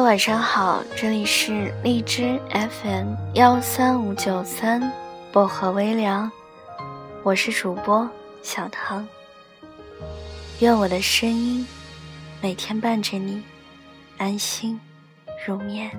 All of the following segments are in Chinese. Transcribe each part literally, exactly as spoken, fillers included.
晚上好，这里是荔枝 F M 幺三五九三薄荷微凉，我是主播小唐。愿我的声音每天伴着你安心入眠。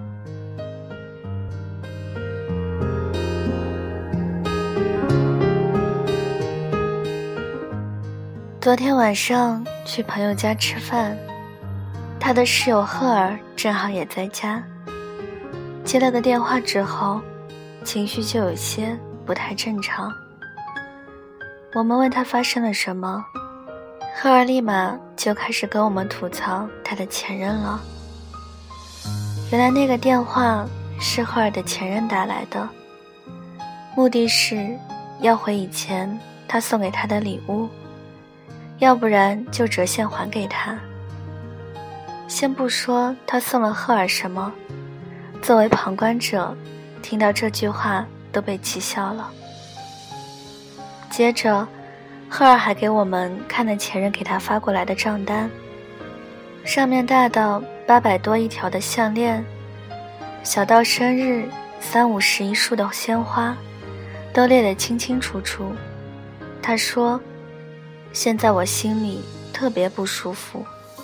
昨天晚上去朋友家吃饭，他的室友赫尔正好也在家。接了个电话之后，情绪就有些不太正常。我们问他发生了什么，赫尔立马就开始跟我们吐槽他的前任了。原来那个电话是赫尔的前任打来的，目的是要回以前他送给他的礼物，要不然就折现还给他。先不说他送了赫尔什么，作为旁观者听到这句话都被气笑了。接着赫尔还给我们看了前任给他发过来的账单，上面大到八百多一条的项链，小到生日三五十一束的鲜花，都列得清清楚楚。他说，现在我心里特别不舒服。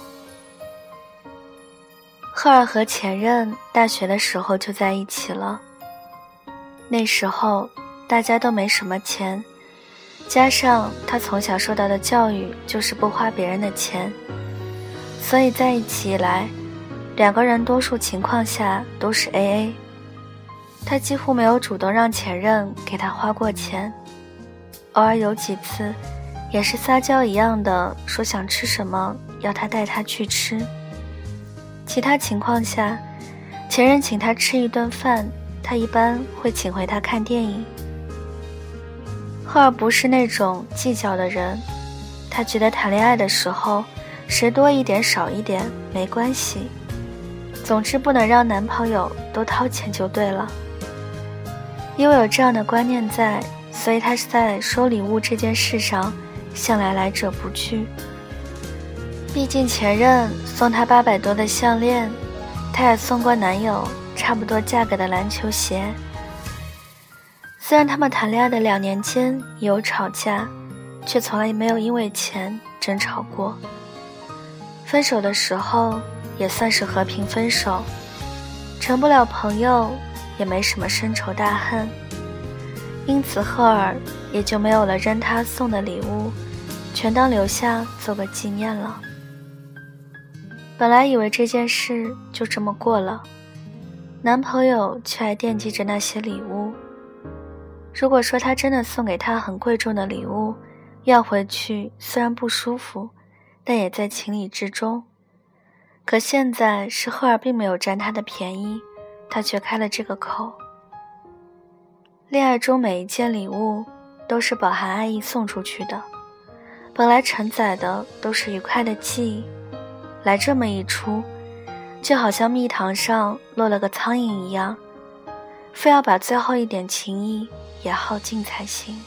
赫尔和前任大学的时候就在一起了，那时候大家都没什么钱，加上他从小受到的教育就是不花别人的钱，所以在一起以来，两个人多数情况下都是 A A。 他几乎没有主动让前任给他花过钱，偶尔有几次也是撒娇一样的说想吃什么要他带他去吃。其他情况下，前任请他吃一顿饭，他一般会请回他看电影。赫尔不是那种计较的人，他觉得谈恋爱的时候谁多一点少一点没关系，总之不能让男朋友都掏钱就对了。因为有这样的观念在，所以他是在收礼物这件事上向来来者不拒。毕竟前任送她八百多的项链，她也送过男友差不多价格的篮球鞋。虽然他们谈恋爱的两年间也有吵架，却从来没有因为钱争吵过。分手的时候也算是和平分手，成不了朋友，也没什么深仇大恨，因此赫尔也就没有了扔他送的礼物，全当留下做个纪念了。本来以为这件事就这么过了，男朋友却还惦记着那些礼物。如果说他真的送给他很贵重的礼物，要回去虽然不舒服，但也在情理之中。可现在是赫尔并没有占他的便宜，他却开了这个口。恋爱中每一件礼物都是饱含爱意送出去的，本来承载的都是愉快的记忆，来这么一出，就好像蜜糖上落了个苍蝇一样，非要把最后一点情谊也耗尽才行。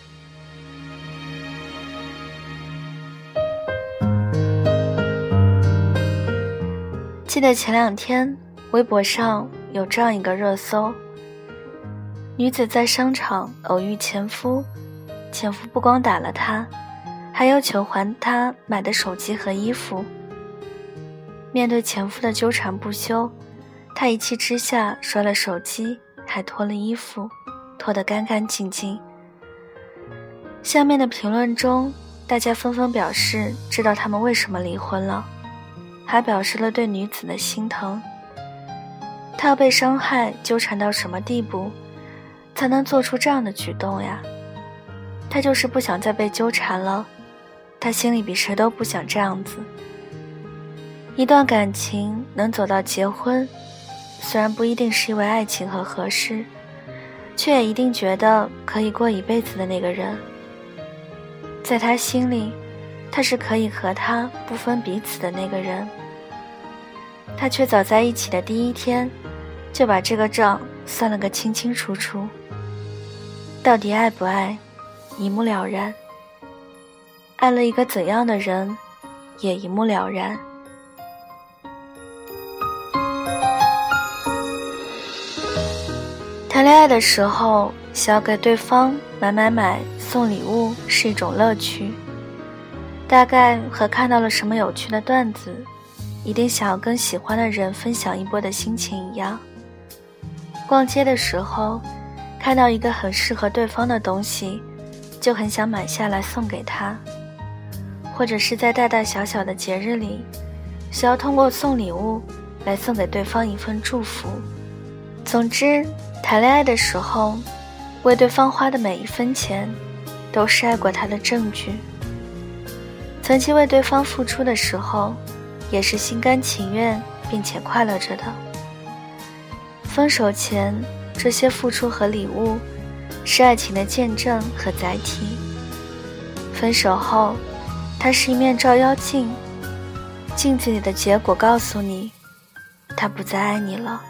记得前两天微博上有这样一个热搜，女子在商场偶遇前夫，前夫不光打了她，还要求还她买的手机和衣服。面对前夫的纠缠不休，她一气之下摔了手机，还脱了衣服，脱得干干净净。下面的评论中，大家纷纷表示知道他们为什么离婚了，还表示了对女子的心疼。她要被伤害纠缠到什么地步才能做出这样的举动呀？她就是不想再被纠缠了，她心里比谁都不想这样子。一段感情能走到结婚，虽然不一定是因为爱情和合适，却也一定觉得可以过一辈子的那个人。在他心里，他是可以和他不分彼此的那个人。他却早在一起的第一天就把这个账算了个清清楚楚，到底爱不爱一目了然，爱了一个怎样的人也一目了然。 谈恋爱的时候，想要给对方买买买送礼物是一种乐趣，大概和看到了什么有趣的段子，一定想要跟喜欢的人分享一波的心情一样。逛街的时候，看到一个很适合对方的东西，就很想买下来送给他，或者是在大大小小的节日里，想要通过送礼物来送给对方一份祝福。总之，谈恋爱的时候，为对方花的每一分钱都是爱过他的证据。曾经为对方付出的时候，也是心甘情愿并且快乐着的。分手前，这些付出和礼物是爱情的见证和载体。分手后，它是一面照妖镜，镜子里的结果告诉你，他不再爱你了。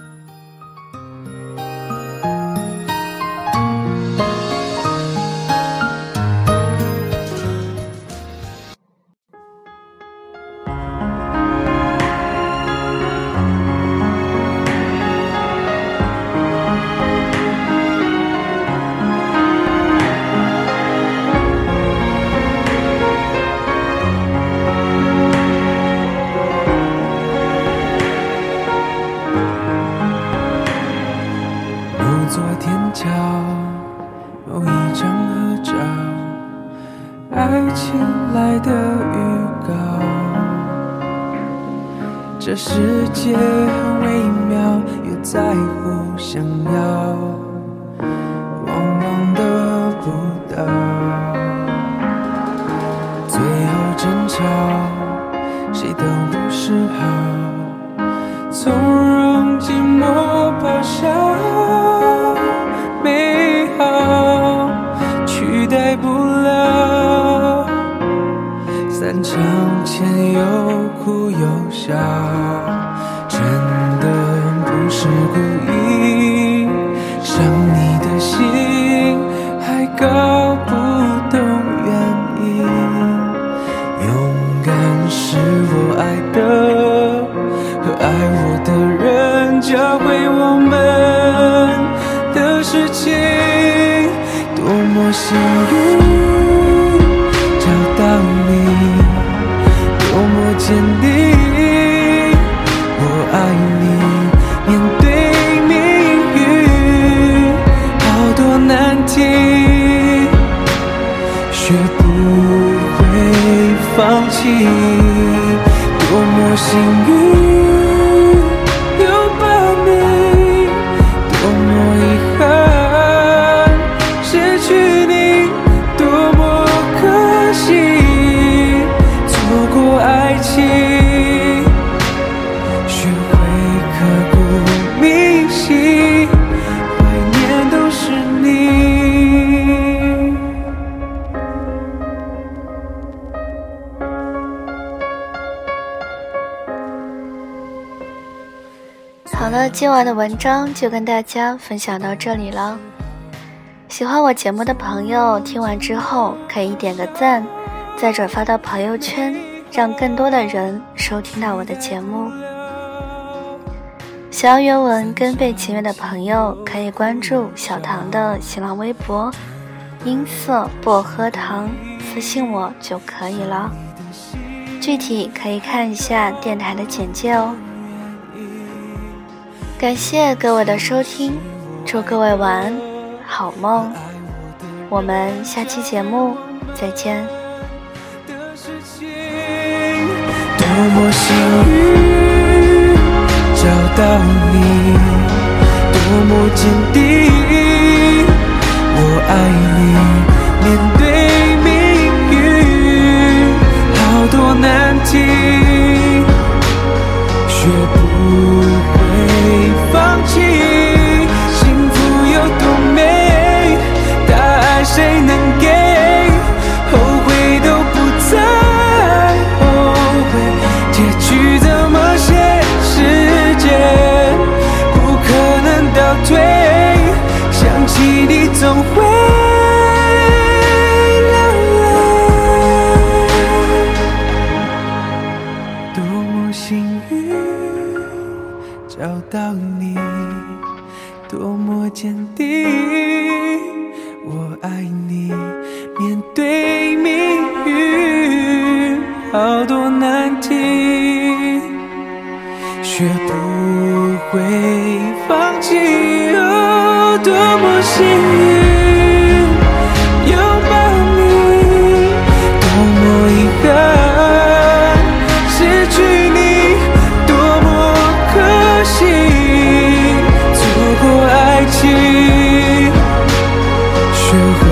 昨天桥有一张合照，爱情来的预告。这世界很微妙，又在乎想要，往往得不到。最后争吵，谁都不是好，从容寂寞咆哮。美好取代不了，散场前又哭又笑，真的不是故意，伤你的心还搞不懂原因。勇敢是我爱的，和爱我的人教会我们的事情。多么幸运找到你，多么坚定，我爱你。面对命运好多难题，学不会放弃。多么幸运拥抱你，多么遗憾失去你，多么可惜错过爱情，学会刻骨铭心，怀念都是你。 好了，今晚的文章就跟大家分享到这里了。喜欢我节目的朋友，听完之后可以点个赞，再转发到朋友圈，让更多的人收听到我的节目。想要原文跟背景乐的朋友，可以关注小唐的新浪微博音色薄荷糖，私信我就可以了。具体可以看一下电台的简介哦。感谢各位的收听，祝各位晚安，好梦。我们下期节目再见。 多么幸运找到你，多么坚定，我爱你。面对命运好多难题，学不会放弃。幸福有多美，答案谁能给？后悔都不再后悔，结局怎么写？时间不可能倒退，相会